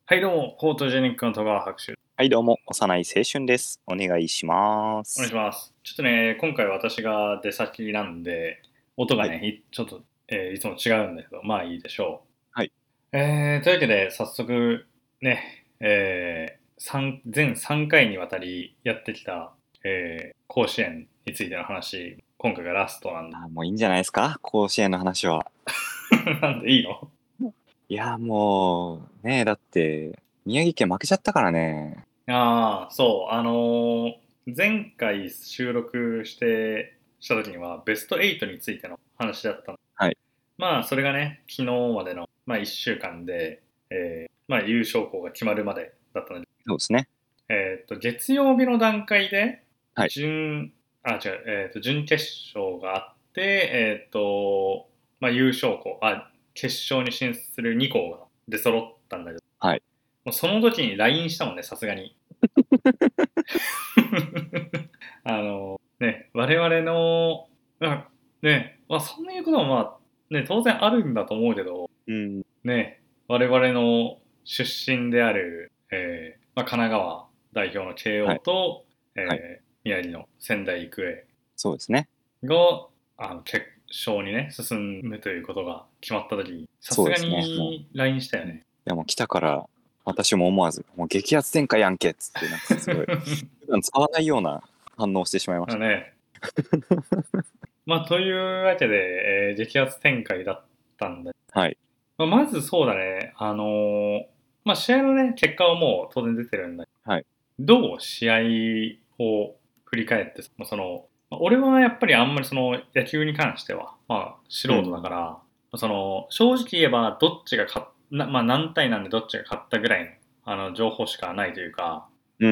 はいどうも、フォートジェニックの戸川博士。 はい、どうも、幼い青春です。お願いしまお願いしす。 ます。ちょっとね、今回私が出先なんで、音がはい、 ね、ちょっと、いつも違うんだけど、まあいいでしょはい、 う。というわけで、早速、ね、全3回にわたりやってきた、甲子園についての話、今回がラストなんで。 もういいんじゃないですか、甲子園の話は。 なんでいいの？ いや、もう、ねえ、だって、宮城県負けちゃったからね。 ああ、そう、前回収録した時には、ベスト8についての話だったの。 はい、 まあ、それがね、昨日までの、まあ、1週間で、まあ、優勝校が決まるまでだったので、 そうですね。 月曜日の段階で、 はい、 違う、準決勝があって、まあ、優勝校、決勝に進出する2校が出揃ったんだけど、 はい。 もうその時に LINE したもんね、さすがに。我々の、まあ、そういうこともまあ、ね、当然あるんだと思うけど、 うん、 ね、我々の出身である、まあ、神奈川代表の慶応はい、 と、 はい、 宮城の仙台育英そうですね。 が、決勝にね、進むということが決まった時に、さすがそうですね。もに LINE したよう、いね。 や、もう来たから、私も思わず、もう激アツ展開やんけっつって、なんかすごい、普段使わないような反応をしてしまいました。 まあね、まあ、というわけで、激アツ展開だったんだ。 はい、 まあ、まずそうだね、まあ、試合のね、結果はもう当然出てるんだけはい、 ど、どう試合を振り返って、まあまあ俺はやっぱりあんまりその野球に関しては、まあ、素人だかうん、 ら、正直言えばどっちが勝っまあ、何対何でどっちが勝ったぐらいの、情報しかないというか、 うん、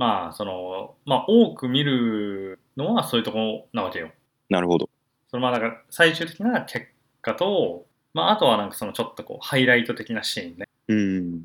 まあ、まあ、多く見るのはそういうところなわけよ。 なるほど。 まあ、だから最終的な結果と、まあ、あとはなんかちょっとこう、ハイライト的なシーンね。 うん、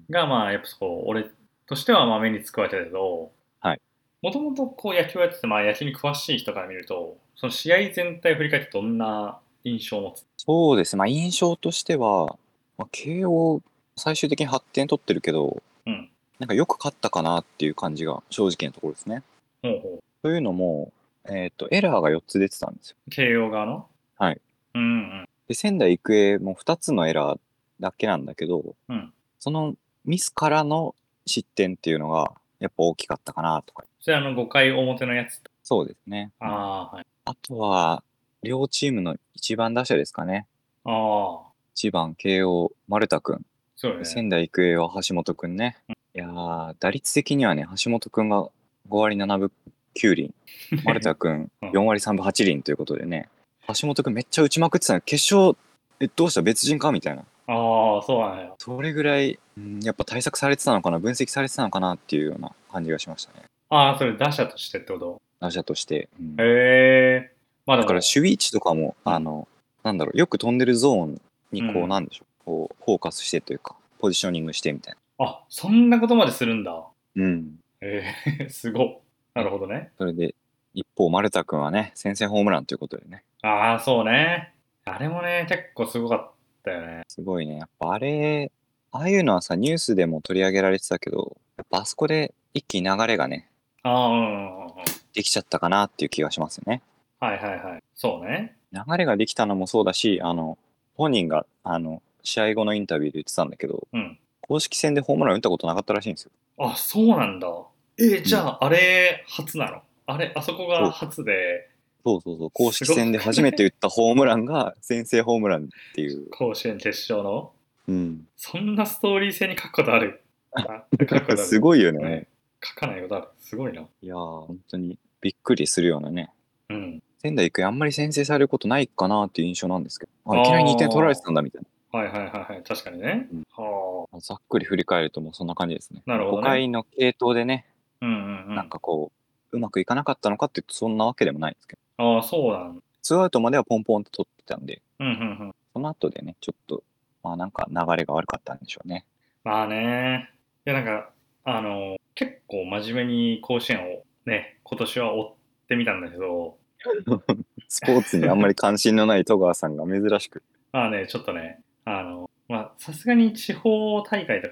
が、まあ、やっぱ俺としてはまあ目につくわけだけど、 はい。 もともとこう野球をやってて、まあ野球に詳しい人から見ると、その試合全体を振り返ってどんな印象を持つ？ そうですね、まあ、印象としては、まあ、慶応、最終的に8点取ってるけど、 うん。 なんかよく勝ったかなっていう感じが正直なところですね。 ほうほというのも、エラーが4つ出てたんですよ。 う。慶応側の。 はい。 うんうんで、仙台育英も2つのエラーだけなんだけど、 うん。うん。 そのミスからの失点っていうのが、やっぱ大きかったかなとか。 それ5回表のやつ。 そうですね。うん。 ああ、はい。 あとは、両チームの一番打者ですかね。 ああ、 1番慶応、丸田くん。 そうよね。 で仙台育英は橋本くんね。いや打率的にはね、橋本くんが5割7分9厘、丸田くんうん。 4割3分8厘ということでね、橋本くんめっちゃ打ちまくってたの。決勝、どうした別人かみたいな。 ああ、そうなんや。 それぐらい、やっぱ対策されてたのかな、分析されてたのかなっていうような感じがしましたね。 ああ、それ打者としてってこと？ 打者として。 へえ。まあでだからも、 守備位置とかも、 うん。 なんだろう、よく飛んでるゾーンにこう、 うん。 なんでしょう、こう、フォーカスしてというか、ポジショニングしてみたいな。 あ、そんなことまでするんだ。 うん。 すごっ。なるほどね。 それで、一方、丸田君はね、先制ホームランということでね、 ああ、そうね。あれもね、結構すごかったよね。 すごいね、やっぱああいうのはさ、ニュースでも取り上げられてたけど、やっぱあそこで一気に流れがね、 ああ、うんうんうんうん。 できちゃったかなっていう気がしますよね。 はいはいはい。そうね。 流れができたのもそうだし、本人が、試合後のインタビューで言ってたんだけど、 うん。 公式戦でホームラン打ったことなかったらしいんですよ。 あ、そうなんだ。 うん。 じゃあ、あれ、初なの？あそこがそう。 初で、 そうそうそう。公すご式戦で初めてくね？ 打ったホームランが先制ホームランっていう。 甲子園決勝の？ うん。 そんなストーリー性に書くことある？書くことある。 すごいよね。 ね。書かないことある。すごいな。 いやー、本当にびっくりするようなね。 うん。 仙台育英あんまり先制されることないかなっていう印象なんですけど、 あいきなり2点取られてあ、 たんだみたいな。 はいはいはいはい。確かにね。 うん。 はあ、 ざっくり振り返るともうそんな感じですね。5 なるほどね。 回の継投でね、 うんうんうなんん。 かこう、うまくいかなかったのかっていうとそんなわけでもないんですけど、 ああ、そうなん。 ツーアウトまではポンポンって取ってたんで、 うんうんうん。 その後でね、ちょっと、まあなんか流れが悪かったんでしょうね。 まあね。いやなんか、結構真面目に甲子園をね、今年は追ってみたんだけど、 スポーツにあんまり関心のない戸川さんが珍しく。 まあね、ちょっとね、まあさすがに地方大会とか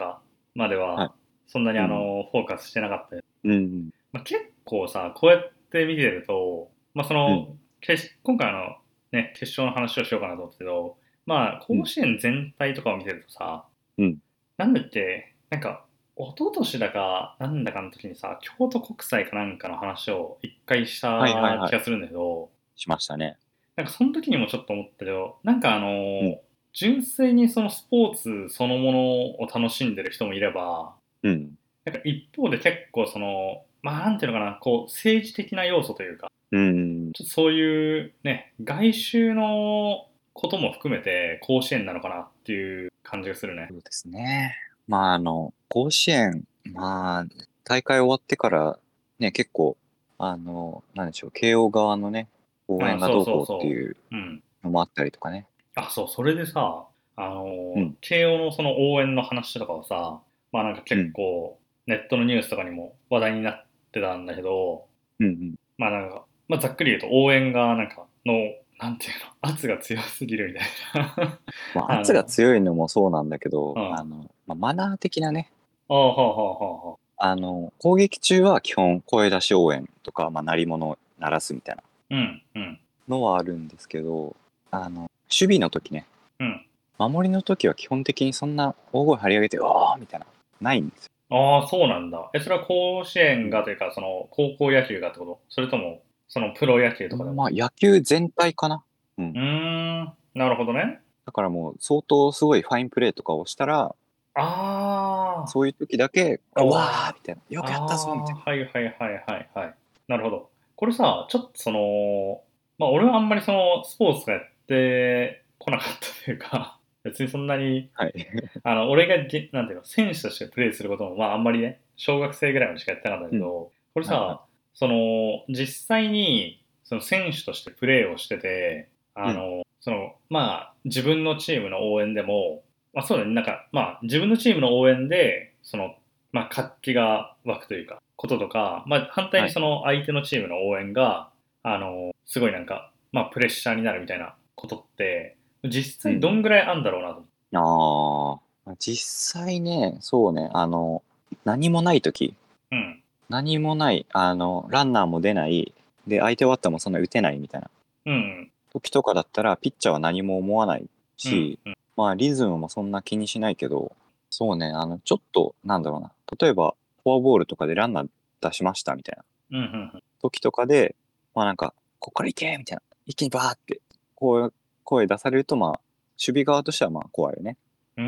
まではい。 は、そんなにうん。 フォーカスしてなかったよ。 うん。 まあ、結構さ、こうやって見てると、まあ、 うん。 今回ね、決勝の話をしようかなと思ったけど、まあ、 うん。 甲子園全体とかを見てるとさ、 うん。 なんだっけ、なんか、一昨年だか、なんだかの時にさ、京都国際かなんかの話を一回しはいはいはい。 た気がするんだけど、 しましたね。 なんかその時にもちょっと思ったけど、なんかうん。 純粋にそのスポーツそのものを楽しんでる人もいれば、 うん。 なんか一方で結構まあなんていうのかな、こう政治的な要素というか、 うん。 ちょっとそういうね、外周のことも含めて甲子園なのかなっていう感じがするね。 そうですね。まあ、甲子園、まあ、大会終わってから、ね、結構、なんでしょう、慶応側のね、応あ、そう援がどうこうってそうそいうう。うん。 のもあったりとかね。 あ、そう、それでさ、 うん。 慶応のその応援の話とかはさ、まあなんか結うん。 構ネットのニュースとかにも話題になってたんだけど、 うん。うん。 まあなんか、まあざっくり言うと応援がなんかなんていうの、圧が強すぎるみたいな。 まあ、圧が強いのもそうなんだけど、 うん。 まあ、マナー的なね、 ああ、はあはあはあはあ。 攻撃中は基本声出し応援とか、まあ、鳴り物を鳴らすみたいなうん、うん、 のはあるんですけど、守備の時ね、 うん。 守りの時は基本的にそんな大声張り上げて、おーみたいな、ないんですよ。 ああ、そうなんだ。それは甲子うん。 園がというか、高校野球がってこと、それとも、プロ野球とかでも。 まあ、野球全体かな。ううーん。 ん、なるほどね。 だからもう、相当すごいファインプレーとかをしたら、 あそういう時だけ、 あ、 わーおー、 みたいな、よくやったぞみたいああ、はいはいはいはいはい。なるほど。これさ、ちょっとまあ俺はあんまりスポーツがやってこなかったというか、別にそんなに、 な。はい。 俺がなんていうの、選手としてプレーすることも、まああんまりね、小学生ぐらいまでしかやってなかったうん。 けど、これはいはい。 さ、実際に、選手としてプレーをしてて、 うん。 まあ、自分のチームの応援でも、まあそうだね、なんか、まあ自分のチームの応援で、まあ活気が湧くというか、こととか、まあ反対にはいはい。 相手のチームの応援が、すごいなんか、まあプレッシャーになるみたいなことって、実際どんうん。 ぐらいあんだろうなと。 ああ、実際ね、そうね、何もない時、 うん。 何もない、ランナーも出ない、で、相手バッターもそんな打てないみたいなうん。 時とかだったら、ピッチャーは何も思わないうん。 し、 うん。 まあ、リズムもそんな気にしないけど、そうね、ちょっと、なんだろうな、例えば、フォアボールとかでランナー出しましたみたいなうん。うん。 時とかで、まあなんか、こっから行けみたいな、一気にバーって、こう、声出されると、まあ、守備側としてはまあ怖いよね。 うん。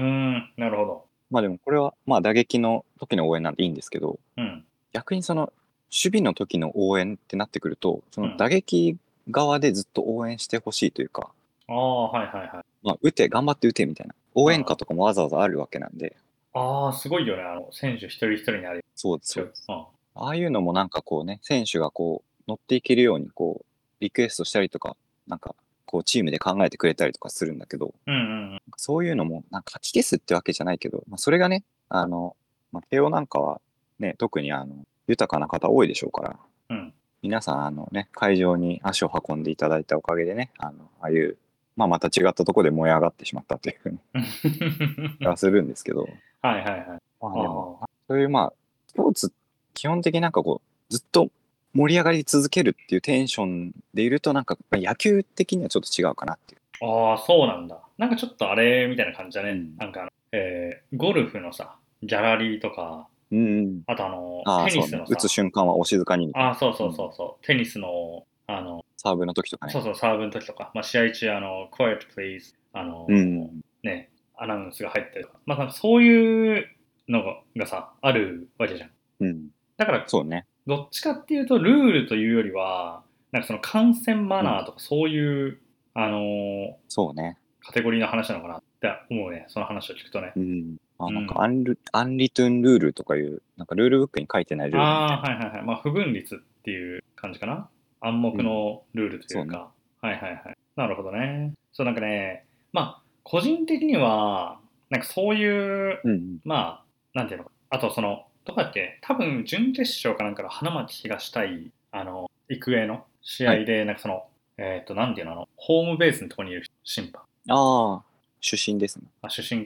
なるほど。 まあでもこれは、まあ打撃の時の応援なんでいいんですけど、 うん。 逆にその、守備の時の応援ってなってくると、そのうん。 打撃側でずっと応援してほしいというか、 ああ、はいはいはい。 まあ、頑張って打てみたいな、応援歌うん。 とかもわざわざあるわけなんで、 ああ、すごいよね。選手一人一人にある。 そうです、 ちょ、 そうです。 うん。 ああいうのもなんかこうね、選手がこう、乗っていけるようにこう、リクエストしたりとか、なんか、こう、チームで考えてくれたりとかするんだけど、 うんうんうん。 そういうのも、なんか、かき消すってわけじゃないけど、まあ、それがね、まあ、慶応なんかは、ね、特に豊かな方多いでしょうから、 うん。 皆さん、会場に足を運んでいただいたおかげでね、ああいう、まあ、また違ったところで燃え上がってしまったというふうにはするんですけど、 はいはいはい。 まあでも、 ああ。 そういうまあ、スポーツ、基本的になんかこう、ずっと盛り上がり続けるっていうテンションでいると、なんか野球的にはちょっと違うかなっていう。 ああ、そうなんだ。なんかちょっとあれみたいな感じだね。 うん。 なんかゴルフのさ、ギャラリーとか、 うんうん。 あとああ、 テニそうね。打つスのさ、 瞬間はお静かにみたいな。 ああ、そうそううん。 そうそう、テニスの、 サーブの時とかね。 そうそう、サーブの時とか、まあ、試合中、quiet please、 うん。 ね、アナウンスが入ったりとか、まあ、なんかそういうのがさ、あるわけじゃん。 うん。 だから、 そうね。 どっちかっていうと、ルールというよりは、なんか観戦マうん。 ナーとか、そういう、あのーそうね。 カテゴリーの話なのかなって思うね、その話を聞くとね。 うん。あ、なんかうん。 アンリトゥンルールとかいう、なんかルールブックに書いてないルールみたいああ、 な。 はいはいはい。まあ、不分率っていう感じかな。暗うん。 黙のルールといそうね。 うか。はいはいはい。なるほどね。そう、なんかね、まあ、個人的には、なんかそういう、 うん。 まあ、なんていうのか。あと、どこだっけ、多分、準決勝かなんかの花巻東対、育英の試はい。 合で、なんかなんていうの、ホームベースのところにいる審判。 ああ、出身ですね。 あ、出身か。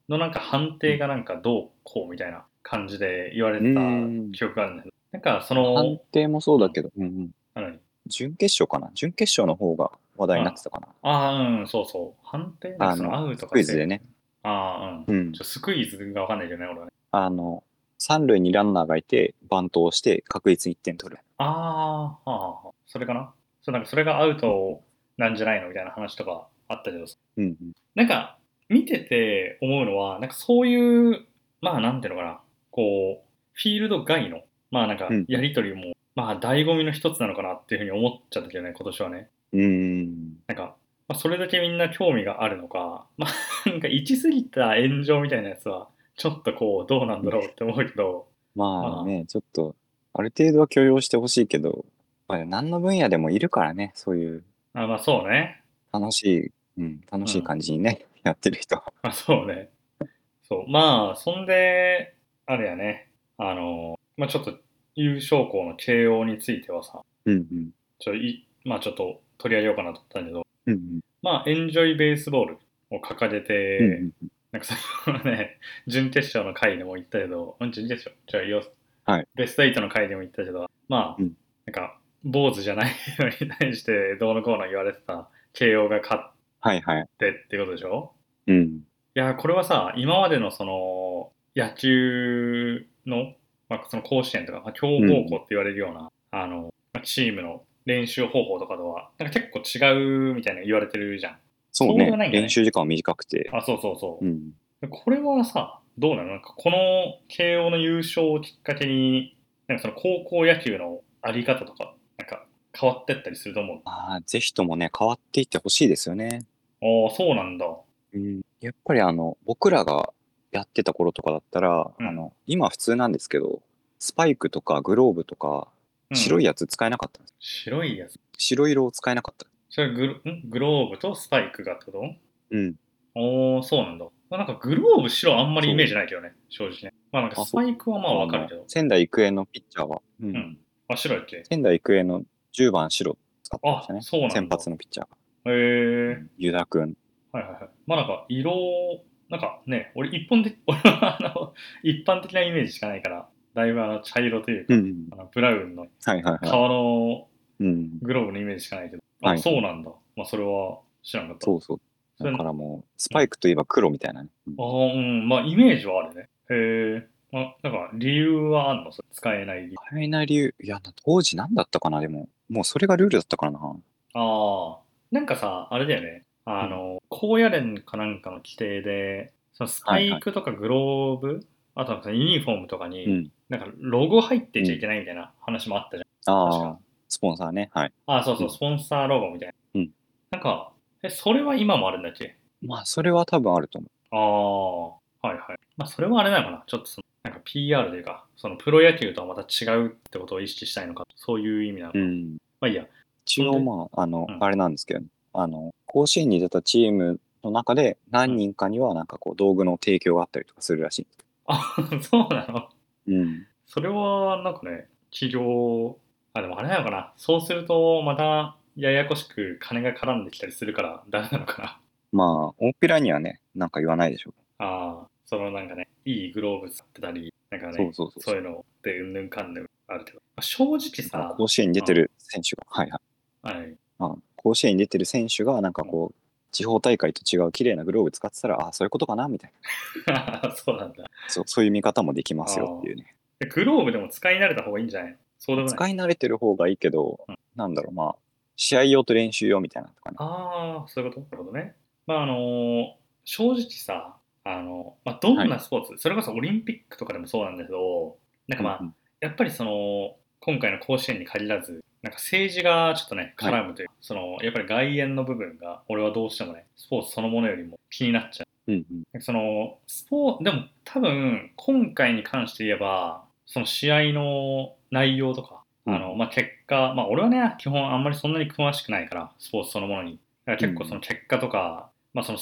のなんか判定がなんかどうこうみたいな感じで言われうてたん。 記憶があるんだけど、なんかそ判の、 定もそううん、 だけど、うんうん。 何準決勝かな、準決勝の方が話題になってたかな。 そうそう。判定なんかそのアウトスかセーフ。 クイズでね。 うん。 うん。 スクイズがわかんないけどね、俺はね。 あの、三塁にランナーがいて、バントをして確実に1点取る。 それかな。そう、なんかそれがアウトなんじゃないのみたいな話とかあったけど、 うんうん。 なんか見てて思うのは、なんかそういう、まあなんていうのかな、こう、フィールド外の、まあなんかやうんうん。 りとりも、まあ醍醐味の一つなのかなっていうふうに思っちゃったけどね、今年はね。 うーん。 なんか、まあ、それだけみんな興味があるのか、まあなんか行き過ぎた炎上みたいなやつは、ちょっとこう、どうなんだろうって思うけど、ままあね、ちょっと、ある程度は許容してほしいけど、まあ、何の分野でもいるからね、そういうまあそうね。 楽しい、楽しいうん。 感じにね、やってる人は。 そうね。そう。まあ、そんで、あれやね。まあちょっと優勝校の慶応についてはさ、 うんうん。 まあちょっと取り上げようかなと思ったんだけど、 うんうん。 まあ、エンジョイベースボールを掲げうんうて、 ん。 なんかそのね、準決勝の回でも言ったけど、準決勝、 はい。 ベスト8の回でも言ったけど、まあ、 うん。 なんか、坊主じゃないのに対してどうのこうの言われてた慶応が勝っはいはい。 てってことでしょ？ うん。 いや、これはさ、今までのその、野球の、まあ、その甲子園とか、まあ、強うんうん。 豪校って言われるような、まあチームの練習方法とかとは、なんか結構違うみたいな言われてるじゃん。そうではそうね。 ないんだね。 練習時間は短くて。 そうそうそうん。 う。これはさ、どうなの？なんかこの慶応の優勝をきっかけに、なんかその高校野球のあり方とか、なんか変わってったりすると思う。 ああ、ぜひともね、変わっていってほしいですよね。 そうなんだ。 うん。やっぱり僕らがやってた頃とかだったら、 うん。 今普通なんですけど、スパイクとかグローブとか、 うん。 白いやつ使えなかったんです。 白いやつ。 白色を使えなかった。 それグローブとスパイクがってこと？ うん。 そうなんだ。まあ、なんかグローブ白あんまりイメーそう。 ジないけどね、正直ね。まあなんかあ、 スパイクはまあわかるけど。 仙台育英のピッチャーは、 うん。白いっけ？ 仙台育英の10番白使ってましたね。先そうなんだ。 発のピッチャーが。 へえ。 湯田くん。 はいはいはい。まあなんかなんかね、俺は一般的なイメージしかないから、だいぶ茶色というか、 うん。 ブラウンのはいはいはい。 革のうん。 グローブのイメージしかないけど、 はいはい。 そうなんだ。まあそれは知らなかった。 そうそう。だそれ、 からもう、スうん。 パイクといえば黒みたいなね。うん。 まあイメージはあるね。へえ。なんか理由はあんの？それ使えない理由。 使えない理由、いや、当時何だったかな、でも。もうそれがルールだったからな。 なんかさ、あれだよね。 うん。 高野連かなんかの規定で、そのスパはいはい。 イクとかグローブ、あとはそのユニフォームとかに、 うん。 なんかロゴ入ってうん。 ちゃいけないみたいな話もあったじゃん。確ああ、 か。 スポンサーね。はい。 そうそう、 うん。 スポンサーロゴみたいな。 うん。 なんか、それは今もあるんだっけ？ まあ、それは多分あると思はいはい。まあ、それはあれなのかな。ちょっとなんか PR というか、そのプロ野球とはまた違うってことを意識したいのか、そういう意味なのう。うか。 ん。 まあいいや。そんで、 一応まあ、 うん。 あれなんですけど、甲子園に出たチームの中で何うん。 人かにはなんかこう道具の提供があったりとかするらしい。 そうなの？ うん。 それは、なんかね、でもあれなのかな。そうすると、また、ややこしく金が絡んできたりするからダメなのかな。 まあ、大っぴらにはね、なんか言わないでしょ。 そのなんかね、いいグローブ使ってたり、なんかそうね、 そうそうそう。 そういうのでうんぬんかんぬんあるけど。正直だからさ、 甲子園に出てる選手が、はいはい。 はい。 まあ、甲子園に出てる選手がなんかうん。 こう、地方大会と違う綺麗なグローブ使ってたら、あ、そういうことかなみたいな。 そうなんだ。 そういう見方もできますよってあいうね。 グローブでも使い慣れた方がいいんじゃないの？そうでもない。 使い慣れてる方がいいけど、 うん。 なんだろう、まあ、試合用と練習用みたいなのとかね。 そういうこと？なるほどね。まあ正直さ、まあ、どんはい。 なスポーツ、それこそオリンピックとかでもそうなんだけど、なんかまあ、 うんうん。 やっぱり今回の甲子園に限らず、なんか政治がちょっとね、 はい。 絡むというか、やっぱり外苑の部分が、俺はどうしてもね、スポーツそのものよりも気になっちゃうんうん。 う。でも多分、今回に関して言えば、その試合の内容とか、 うんうん。 まあ、結果、まあ、俺はね、基本あんまりそんなに詳しくないから、スポーツそのものに。だから結構そのうん結果とか、まあ、その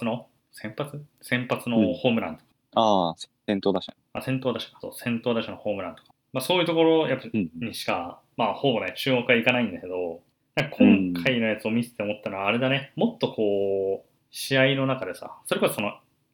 先発うん。うん。 のホームランとか、 ああ、先頭打者。 先頭打者か、そう、先頭打者のホームランとか、まあ、そういうところやっぱうんにしか、まあ、ほぼね、注目はいかないんだけど、なんかうん。う今ん。 回のやつを見てて思ったのは、あれだね、もっとこう、試合の中でさ、それこそ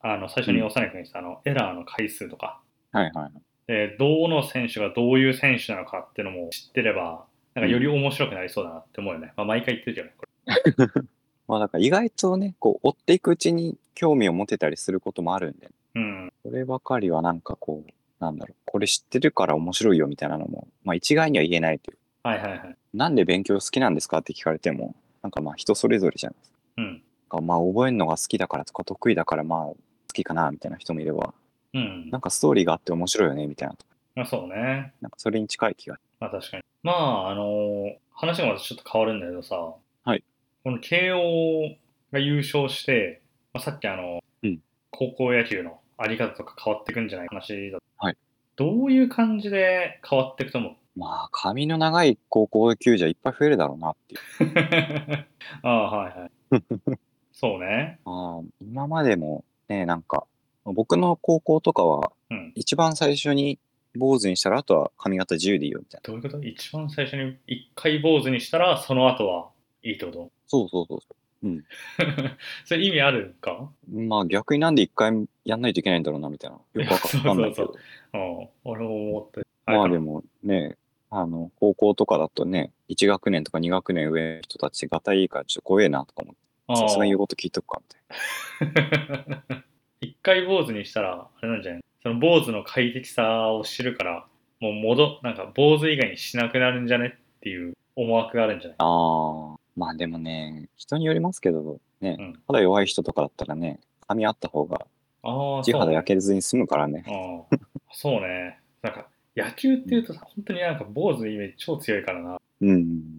最初に幼く言ったエラーの回数とか、 はいはいはい。 どの選手がどういう選手なのかっていうのも知ってれば、なんかより面白くなりそうだなって思うよね。まあ、毎回言ってるけどね、こまあだから意外とね、こう追っていくうちに興味を持てたりすることもあるんで、 れ。うん。 そればかりはなんかこう、なんだろう、これ知ってるから面白いよみたいなのも、まあ一概には言えないという。 はいはいはい。 なんで勉強好きなんですかって聞かれても、なんかまあ人それぞれじゃないですか。 うん。 なんかまあ覚えるのが好きだからとか得意だからまあ好きかなみたいな人もいれば、 うんなん。かストーリーがあって面白いよねみたいな、 まあそうね。 なんかそれに近い気が。 まあ確かに。まあ、話がまたちょっと変わるんだけどさ、 はい。 この慶応が優勝して、まあ、さっきうん。 高校野球のあり方とか変わってくんじゃない話だ。 はい。 どういう感じで変わっていくと思う？ まあ髪の長い高校球児はいっぱい増えるだろうなっていう。 ああ、はいはい。そうね。 ああ、今までもね、なんか、僕の高校とかは、 うん。 一番最初に坊主にしたら、あとは髪型自由でいいよみたいな。 どういうこと？一番最初に一回坊主にしたら、その後はいいってこと？ そうそうそうそう。うん。 それ意味あるか？ まあ逆になんで一回やんないといけないんだろうなみたいな。 いや、 よくわそうそうそう。 かんないけど。 うん。俺も思って、あれかな。 まあでもね、高校とかだとね、1学年とか2学年上の人たちがたいいからちょっと怖えなとか思って、 あさすがに言うあ。 こと聞いとくかみたい一回坊主にしたら、あれなんじゃない？その坊主の快適さを知るから、もうなんか坊主以外にしなくなるんじゃねっていう思惑があるんじゃない？ な。ああ、まあでもね、人によりますけど、ね、 うん。 肌弱い人とかだったらね、髪あった方がああ、 地肌焼そうね。 けずに済むからね。 ああ、そうね。なんか、野球ってうん。 いうとさ、本当になんか坊主のイメージ超強いからな。 うん。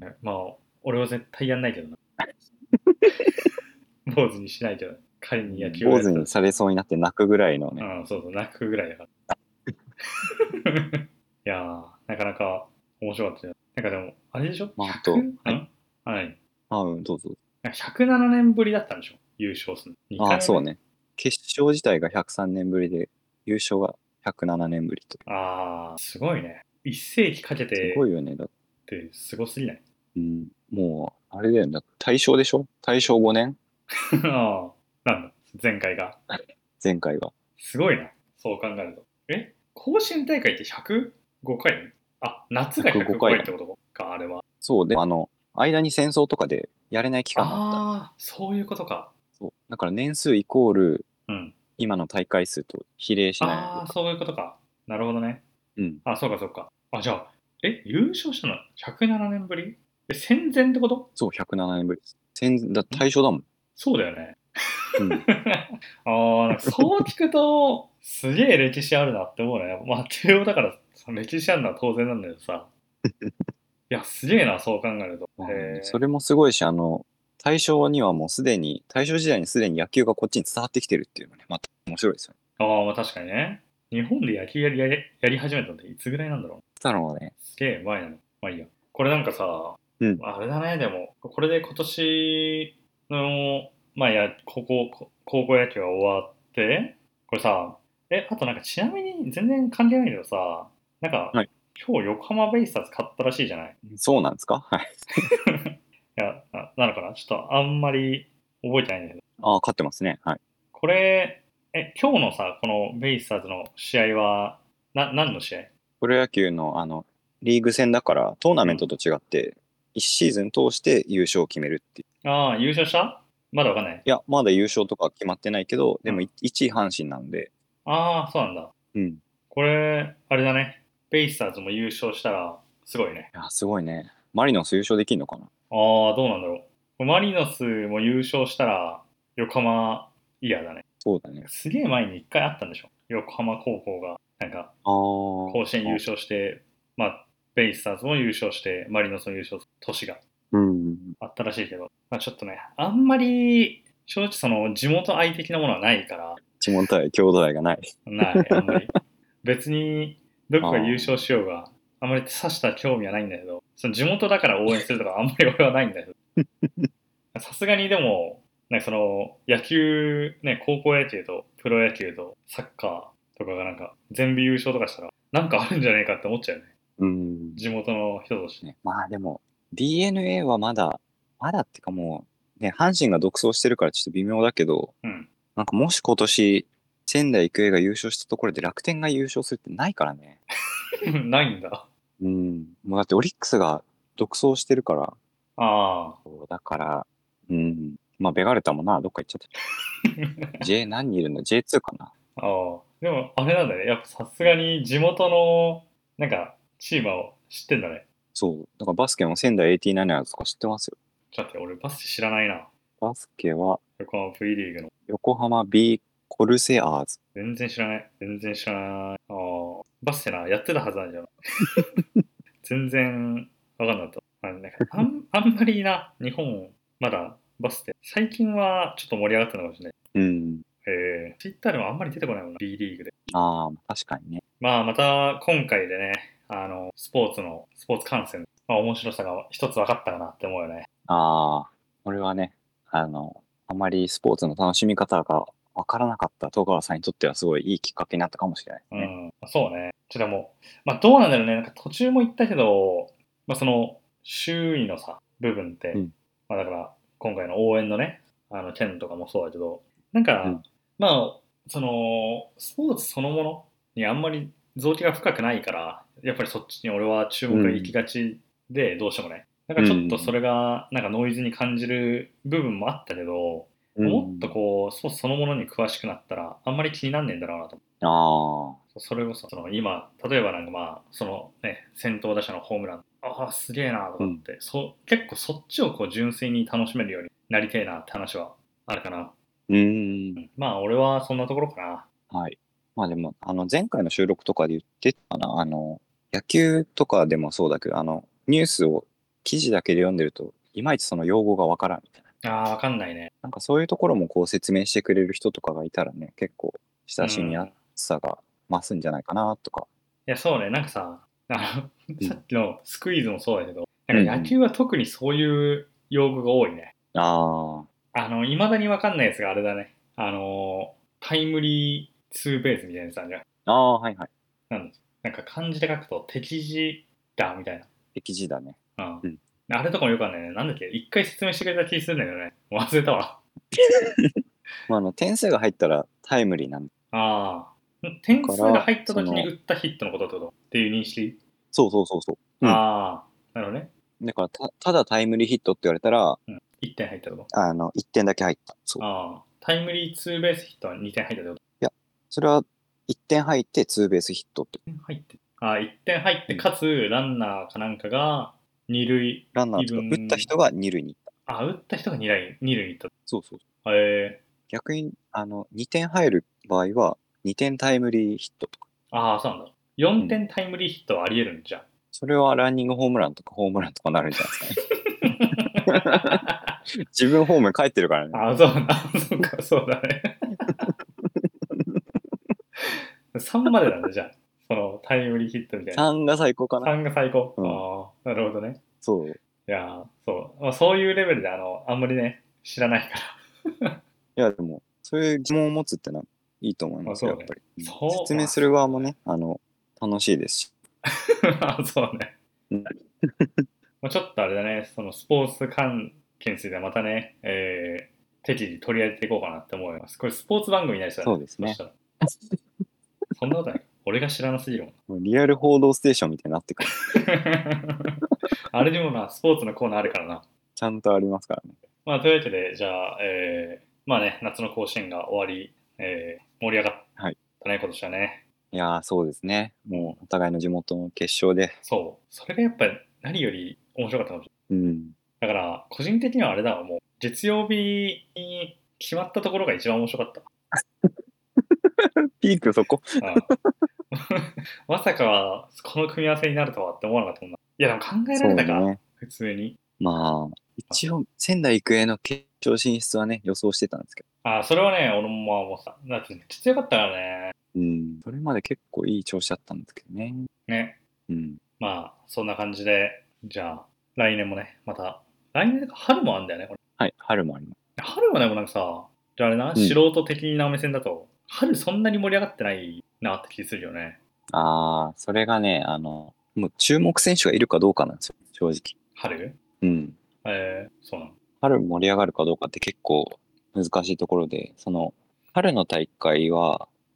まあ、俺は絶対やんないけどな。坊主にしないけど、仮に野球を坊やったら。 主にされそうになって泣くぐらいのね。 うん、そうそう、泣くぐらいだから。いやー、なかなか面白かったよ。なんかでも、あれでしょ？ まああと、 100？ はい。 んはい。 あ、うん、どうぞ。 なんか107年ぶりだったんでしょ？優勝するの。2 ああ、 回目？ そうね。決勝自体が103年ぶりで、優勝が107年ぶりと。 あー、すごいね。一世紀かけすごていよね。 ってすごすぎない？ うん、もう、あれだよね。大正でしょ？大正5年ああ、なんだ、前回が。 前回が。 すごいな。そう考えると。甲子園大会って 105 回？あ、夏が 105 105 回かな。 回ってことか、あれは。 そうで、間に戦争とかでやれない期間があったの。 ああ、そういうことか。 そう。だから年数イコール、 うん。 今の大会数と比例しないといああ、 うか。 そういうことか。なるほどね。 うん。 あ、そうかそうか。あ、じゃあ、優勝したの107年ぶり？戦前ってこと？ そう、107年ぶりです。 ん大正だもん。 そうだよね。 うん。 ああ、なんかそう聞くと、すげえ歴史あるなって思うね。まあ、慶応だから、その歴史あるのは当然なんだけどさ。いや、すげえな、そう考えると。 まあね、そへれもすごいし、大正にはもうすでに、大正時代にすでに野球がこっちに伝わってきてるっていうのね、また面白いですよね。 え。ああ、まあ確かにね。日本で野球やり始めたのっていつぐらいなんだろう。 たのはね、 すげえ前なの。まあいいや。これなんかさ、 うん。 あれだね、でも、これで今年の、まあ高校野球が終わって、これさ、あとなんかちなみに全然関係ないけどさ、なんか、 はい。 今日横浜ベイスターズ勝ったらしいじゃない？ そうなんですか？はい。 いや、なのかなちょっとあんまり覚えてないんだけど。 ああ、勝ってますね。はい。 これ、今日のさ、このベイスターズの試合は、何の試合？ プロ野球のリーグ戦だからトーナうん。 メントと違って、1シーズン通して優勝を決めるっていう。 ああ、優勝した？まだわかんない。 いや、まだ優勝とか決まってないけど、でもうん。 1位阪神なんで、 ああ、そうなんだ。 うん。いこれ、あれだね。ベイスターズも優勝したら、すごいね。 や、すごいね。マリノス優勝できるのかな？ ああ、どうなんだろう。マリノスも優勝したら、横浜イヤーだね。 そうだね。 すげえ前に一回あったんでしょ。横浜高校が、なんか、 あーあ、 甲子園優勝して、まあ、ベイスターズも優勝して、マリノスも優勝する年がうん。 あったらしいけど、まあ、ちょっとね、あんまり、正直その地元愛的なものはないから、 地元愛、郷土愛がない。 ない、あんまり。別に、どこが優あ勝しようが、あんまりさした興味はないんだけど、その地元だから応援するとかあんまり俺はないんだけど、さすがにでも、なんかその野球、ね、高校野球とプロ野球とサッカーとかがなんか全部優勝とかしたら、なんかあるんじゃないかって思っちゃうよね。 うん。 地元の人として。 ね、まあでも、DNA はまだっていうかもう、ね、阪神が独走してるからちょっと微妙だけど、 うん。 なんかもし今年仙台育英が優勝したところで楽天が優勝するってないからね。 ないんだ。 もうだってオリックスが独走してるから、 ああ。 そうだから、まあベガルタもな、どっか行っちゃった。J 何人いるの？ J2 かな。 ああ。でも、あれなんだね。やっぱさすがに地元の、なんか、チームを知ってんだね。 そう。だからバスケも仙台 89ers とか知ってますよ。 ちょっと待って、俺バスケ知らないな。 バスケはこの V リーグの。 横浜 B コルセアーズ。 全然知らない。全然知らない。ああ。バスケな、やってたはずなんじゃん。全然わかんなかった。あんまりな、日本、まだバスケ。最近はちょっと盛り上がったのかもしれない。ツイッターでもあんまり出てこないもんな、B リーグで。 ああ、確かにね。 まあ、また今回でね、スポーツ観戦、まあ、面白さが一つ分かったかなって思うよね。 ああ、俺はね、あまりスポーツの楽しみ方がわからなかった戸川さんにとってはすごいいいきっかけになったかもしれないですね。 そうね。でも、まあ、どうなんだろうね。なんか途中も言ったけど、まあ、その、周囲のさ、部分って、まあ、だから、今回の応援のね、件とかもそうだけど、なんか、まあ、その、スポーツそのものにあんまり造詣が深くないから、やっぱりそっちに俺は注目が行きがちで、どうしてもね。なんかちょっとそれが、なんかノイズに感じる部分もあったけど、もっとこう、スポーツそのものに詳しくなったら、あんまり気になんねえんだろうなと。それこそ、今、例えばなんかまあ、そのね、先頭打者のホームラン、ああ、すげえなとかって、結構そっちをこう純粋に楽しめるようになりてえなって話はあるかな。まあ、俺はそんなところかな。 はい。まあでも、前回の収録とかで言ってたかな、野球とかでもそうだけど、ニュースを記事だけで読んでると、いまいちその用語がわからんみたいな。 ああ、わかんないね。 なんかそういうところもこう説明してくれる人とかがいたらね、結構親しみやすさが増すんじゃないかなとか。 いや、そうね、なんかさ、さっきのスクイズもそうだけど、なんか野球は特にそういう用語が多いね。未だにわかんないやつがあれだね。タイムリーツーベースみたいなやつあるじゃん。 はいはい。 なんか漢字で書くと敵地だみたいな。 敵地だね。 あれとかもよくわかんないね。なんだっけ一回説明してくれた気するんだけどね。もう忘れたわ。 まあ、点数が入ったらタイムリーなんで。 ああ。点数が入った時に打ったヒットのことってことっていう認識。 そう。 ああ、なるほどね。 だからただタイムリーヒットって言われたら、 1点入ったってこと。 1点だけ入った。そう。 ああ。タイムリーツーベースヒットは2点入ったってこと。 いや、それは1点入ってツーベースヒットって。 1点入って、かつランナーかなんかが二塁、 ランナーとか打った人が二塁に行った。 打った人が二塁に行った。 そう。逆に、2点入る場合は、2点タイムリーヒットとか。 ああ、そうなんだ。4点タイムリーヒットはあり得るんじゃん。 それはランニングホームランとかホームランとかなるんじゃないですかね。自分ホームに帰ってるからね。 あ、そうなんだ。そうか、そうだね。3までなんだ、じゃあ。そのタイムリーヒットみたいな。 3が最高かな。 3が最高。ああ、なるほどね。 そう。 いやそう。まあ、そういうレベルで、あんまりね、知らないから。 いや、でも、そういう疑問を持つってのはいいと思いますよ、やっぱり。説明する側もね、楽しいですし。 そうね。ちょっとあれだね、そのスポーツ関係についてはまたね、適宜取り上げていこうかなって思います。これスポーツ番組になりそうだね。 そうですね。 そんなことない。俺が知らなすぎるもん。リアル報道ステーションみたいになってくる。 あれにもな、スポーツのコーナーあるからな。 ちゃんとありますからね。 まあ、というわけで、じゃあ、まあね、夏の甲子園が終わり、盛り上がったね、今年はね。 いやー、そうですね。もう、お互いの地元の決勝で。 そう。それがやっぱり何より面白かったかもしれない。だから、個人的にはあれだわ、もう、月曜日に決まったところが一番面白かった。 ピークそこまさか、この組み合わせになるとはって思わなかったもんな。いや、でも考えられたか、ね、普通に。 まあ、一応、仙台育英の決勝進出はね、予想してたんですけど。 それはね、俺も思ってた。だってめっちゃ強かったからね。 それまで結構いい調子だったんですけどね。 ね。まあ、そんな感じで、じゃあ、来年もね、また、来年春もあるんだよね、これ。 はい、春もあります。 春はでもなんかさ、じゃああれな、素人的な目線だと、春そんなに盛り上がってないなって気するよね。 それがね、もう注目選手がいるかどうかなんですよ、正直。 春そうなの。 春盛り上がるかどうかって結構難しいところで、春の大会は、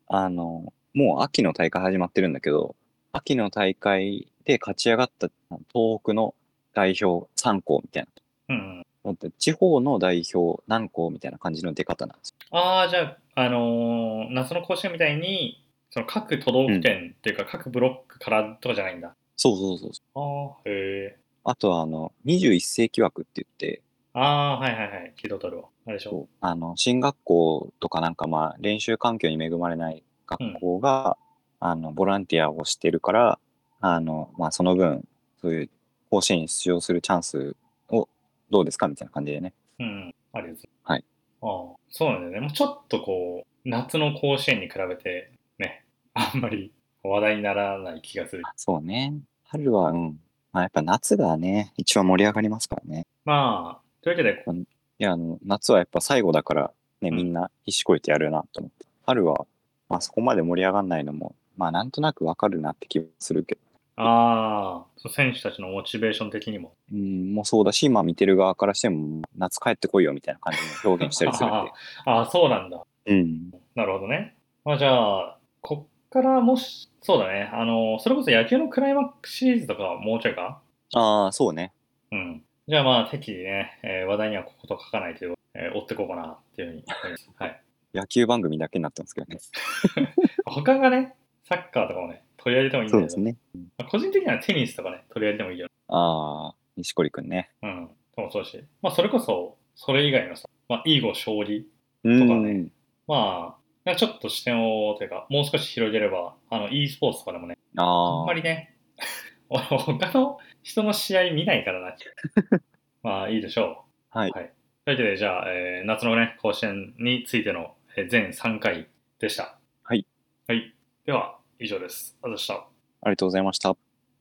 もう秋の大会始まってるんだけど、秋の大会で勝ち上がった東北の代表3校みたいうん。 な。だって地方の代表何校みたいな感じの出方なんですよ。 ああ、じゃあ、夏の甲子園みたいに、その各都道府うん。 県っていうか各ブロックからとかじゃないんだ。 そうそうそうそう。 ああ、へえ。 あとは21世紀枠って言って、 ああ、はいはいはい。聞いたことあるわ。あれでしょ。 そう進学校とかなんかまあ練習環境に恵まれない学うん。 校が、ボランティアをしてるから、まあその分、そういう甲子園に出場するチャンスをどうですかみたいな感じでね。 うん。ありです。 はい。 ああ、そうなんだよね。もうちょっとこう、夏の甲子園に比べて、ね、あんまり話題にならない気がする。 そうね。春は、うん。まあやっぱ夏がね、一番盛り上がりますからね。 まあ、というわけで、 いや、夏はやっぱ最後だから、ね、 うん。 みんな必死こいてやるなと思って。春は、まあそこまで盛り上がんないのも、まあなんとなくわかるなって気がするけど。 ああ、そう選手たちのモチベーション的にも。 うん、もうそうだし、まあ見てる側からしても、夏帰ってこいよみたいな感じの表現したりするんで。 ああ、そうなんだ。 うん。 なるほどね。まあじゃあ、こっからもし、そうだね。それこそ野球のクライマックスシリーズとかはもうちょいか。 ああ、そうね。 うん。じゃあまあ適宜ね、話題にはここと書かないという、追っていこうかなっていうふうに思います。はい。 野球番組だけになってますけどね。 他がね、サッカーとかもね、取り上げてもいいんだけど、 そうですね。 まあ個人的にはテニスとかね、取り上げてもいいよ。 ああ、錦織くんね。 うん。ともそうだし、まあそれこそ、それ以外のさ、まあ囲碁将棋うとかね、 ーん。 まあ、なんかちょっと視点を、というか、もう少し広げれば、e スポーツとかでもね、あんまああ、 りね、他の人の試合見ないからな。まあいいでしょう。 はい。 はい。というわけで、じゃあ、夏のね、甲子園についての、全3回でした。 はい。 はい。では、以上です。ありがとうございました。 ありがとうございました。